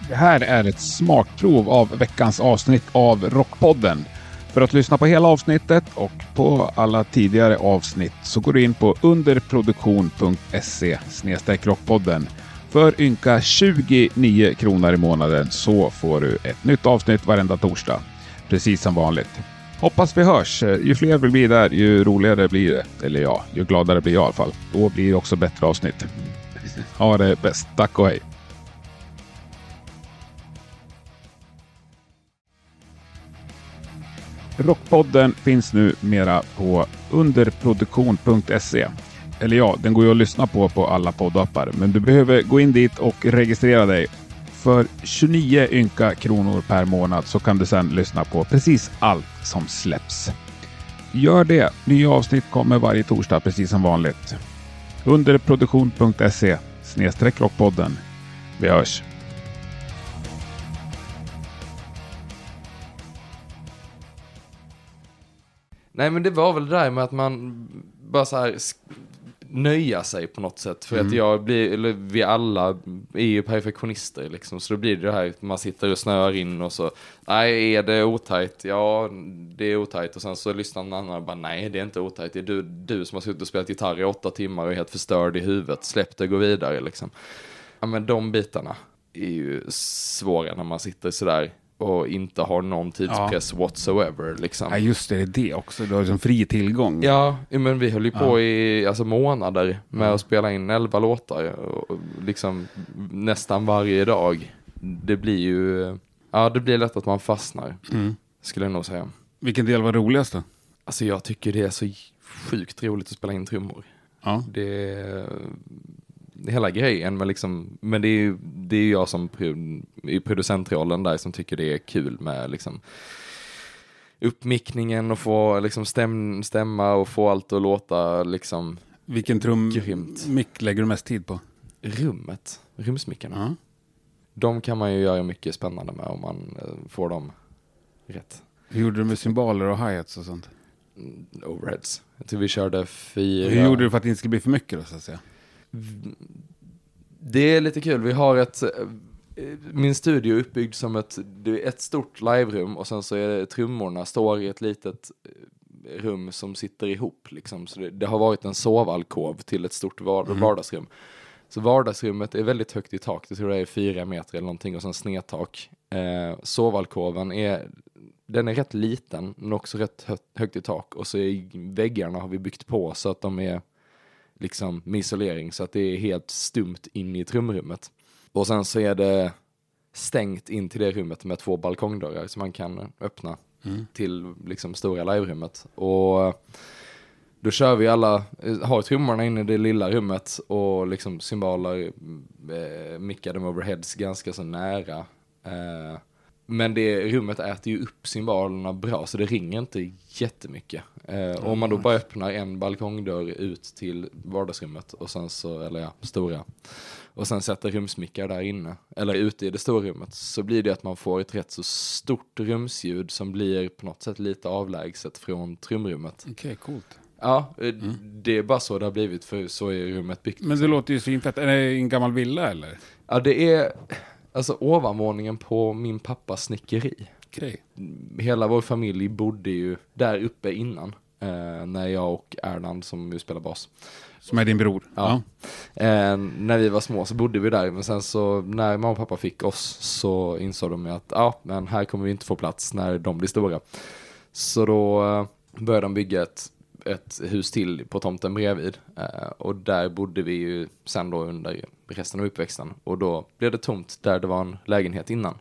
Det här är ett smakprov av veckans avsnitt av Rockpodden. För att lyssna på hela avsnittet och på alla tidigare avsnitt så går du in på underproduktion.se/rockpodden. För ynka 29 kronor i månaden så får du ett nytt avsnitt varenda torsdag. Precis som vanligt. Hoppas vi hörs. Ju fler vi blir där, ju roligare blir det. Eller ja, ju gladare blir jag i alla fall. Då blir det också bättre avsnitt. Ha det bäst. Tack och hej. Rockpodden finns nu mera på underproduktion.se. Eller ja, den går ju att lyssna på alla poddappar. Men du behöver gå in dit och registrera dig. För 29 ynka kronor per månad så kan du sedan lyssna på precis allt som släpps. Gör det. Nya avsnitt kommer varje torsdag precis som vanligt. Underproduktion.se/rockpodden. Vi hörs. Nej, men det var väl det där med att man bara så här nöja sig på något sätt. För att vi alla är ju perfektionister liksom. Så då blir det här att man sitter och snöar in och så, nej, är det otajt? Ja, det är otajt. Och sen så lyssnar någon annan och bara, nej, det är inte otajt. Det är du som har suttit och spelat gitarr i 8 timmar och är helt förstörd i huvudet. Släpp det, gå vidare liksom. Ja, men de bitarna är ju svåra när man sitter sådär och inte har någon tidspress whatsoever liksom. Ja, just det också. Du har liksom fri tillgång. Ja, men vi höll ju på i månader med att spela in 11 låtar och liksom nästan varje dag. Det blir ju det blir lätt att man fastnar. Skulle jag nog säga. Vilken del var roligast då? Alltså jag tycker det är så sjukt roligt att spela in trummor. Ja. Det är hela grejen med liksom, men det är ju jag som i producentrollen där som tycker det är kul med liksom uppmickningen och få liksom stämma och få allt att låta liksom. Vilken trummick lägger du mest tid på? Rumsmickarna. Uh-huh. De kan man ju göra mycket spännande med om man får dem rätt. Hur gjorde du med cymbaler och hi-hats och sånt? Overheads. Jag tror vi körde 4. Hur gjorde du för att det inte skulle bli för mycket då, så att säga? Det är lite kul. Vi har min studio är uppbyggd som ett stort liverum och sen så är det trummorna står i ett litet rum som sitter ihop liksom. Så det har varit en sovalkov till ett stort vardagsrum. Så vardagsrummet är väldigt högt i tak. Jag tror det är 4 meter eller någonting och sen snedtak. Sovalkoven den är rätt liten men också rätt högt i tak och så i väggarna har vi byggt på så att de är liksom med isolering så att det är helt stumt in i trumrummet. Och sen så är det stängt in till det rummet med 2 balkongdörrar som man kan öppna till liksom stora live-rummet. Och då kör vi har trummorna inne i det lilla rummet och liksom cymbaler mickar dem overheads ganska så nära. Men det rummet äter ju upp cymbalerna bra så det ringer inte jättemycket. Och om man då bara öppnar en balkongdörr ut till vardagsrummet och sen så, stora. Och sen sätter rumsmickar där inne eller ute i det stora rummet så blir det att man får ett rätt så stort rumsljud som blir på något sätt lite avlägset från trumrummet. Okej, coolt. Ja, det är bara så det har blivit för så är rummet byggt. Men det låter ju svinfett. Är det en gammal villa eller? Ja, det är alltså ovanvåningen på min pappas snickeri. Okay. Hela vår familj bodde ju där uppe innan. När jag och Erland som ju spelar bas. Som är din bror? Ja. När vi var små så bodde vi där. Men sen så när mamma och pappa fick oss så insåg de att men här kommer vi inte få plats när de blir stora. Så då började de bygga ett hus till på tomten bredvid. Och där bodde vi ju sen då under resten av uppväxten. Och då blev det tomt där det var en lägenhet innan.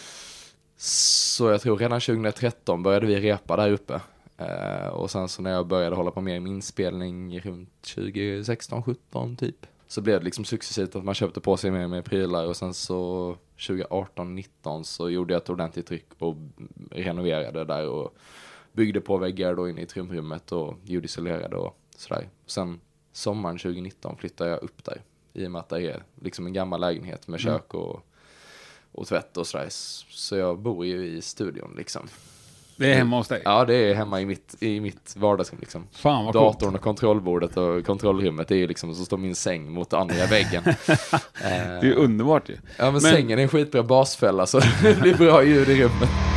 Så jag tror redan 2013 började vi repa där uppe. Och sen så när jag började hålla på mer i min inspelning runt 2016-17 typ. Så blev det liksom successivt att man köpte på sig mer med prylar. Och sen så 2018-19 så gjorde jag ett ordentligt tryck och renoverade där och byggde på väggar då inne i trumrummet och ljudisolerade och sådär. Sen sommaren 2019 flyttade jag upp där. I och med att det är liksom en gammal lägenhet med kök och tvätt och sådär. Så jag bor ju i studion liksom. Det är hemma hos dig? Ja, det är hemma i mitt vardagsrum liksom. Fan vad datorn coolt. Och kontrollbordet och kontrollrummet är ju liksom, så står min säng mot andra väggen. Det är ju underbart ju. Ja, men sängen är en skitbra basfälla så det blir bra ljud i rummet.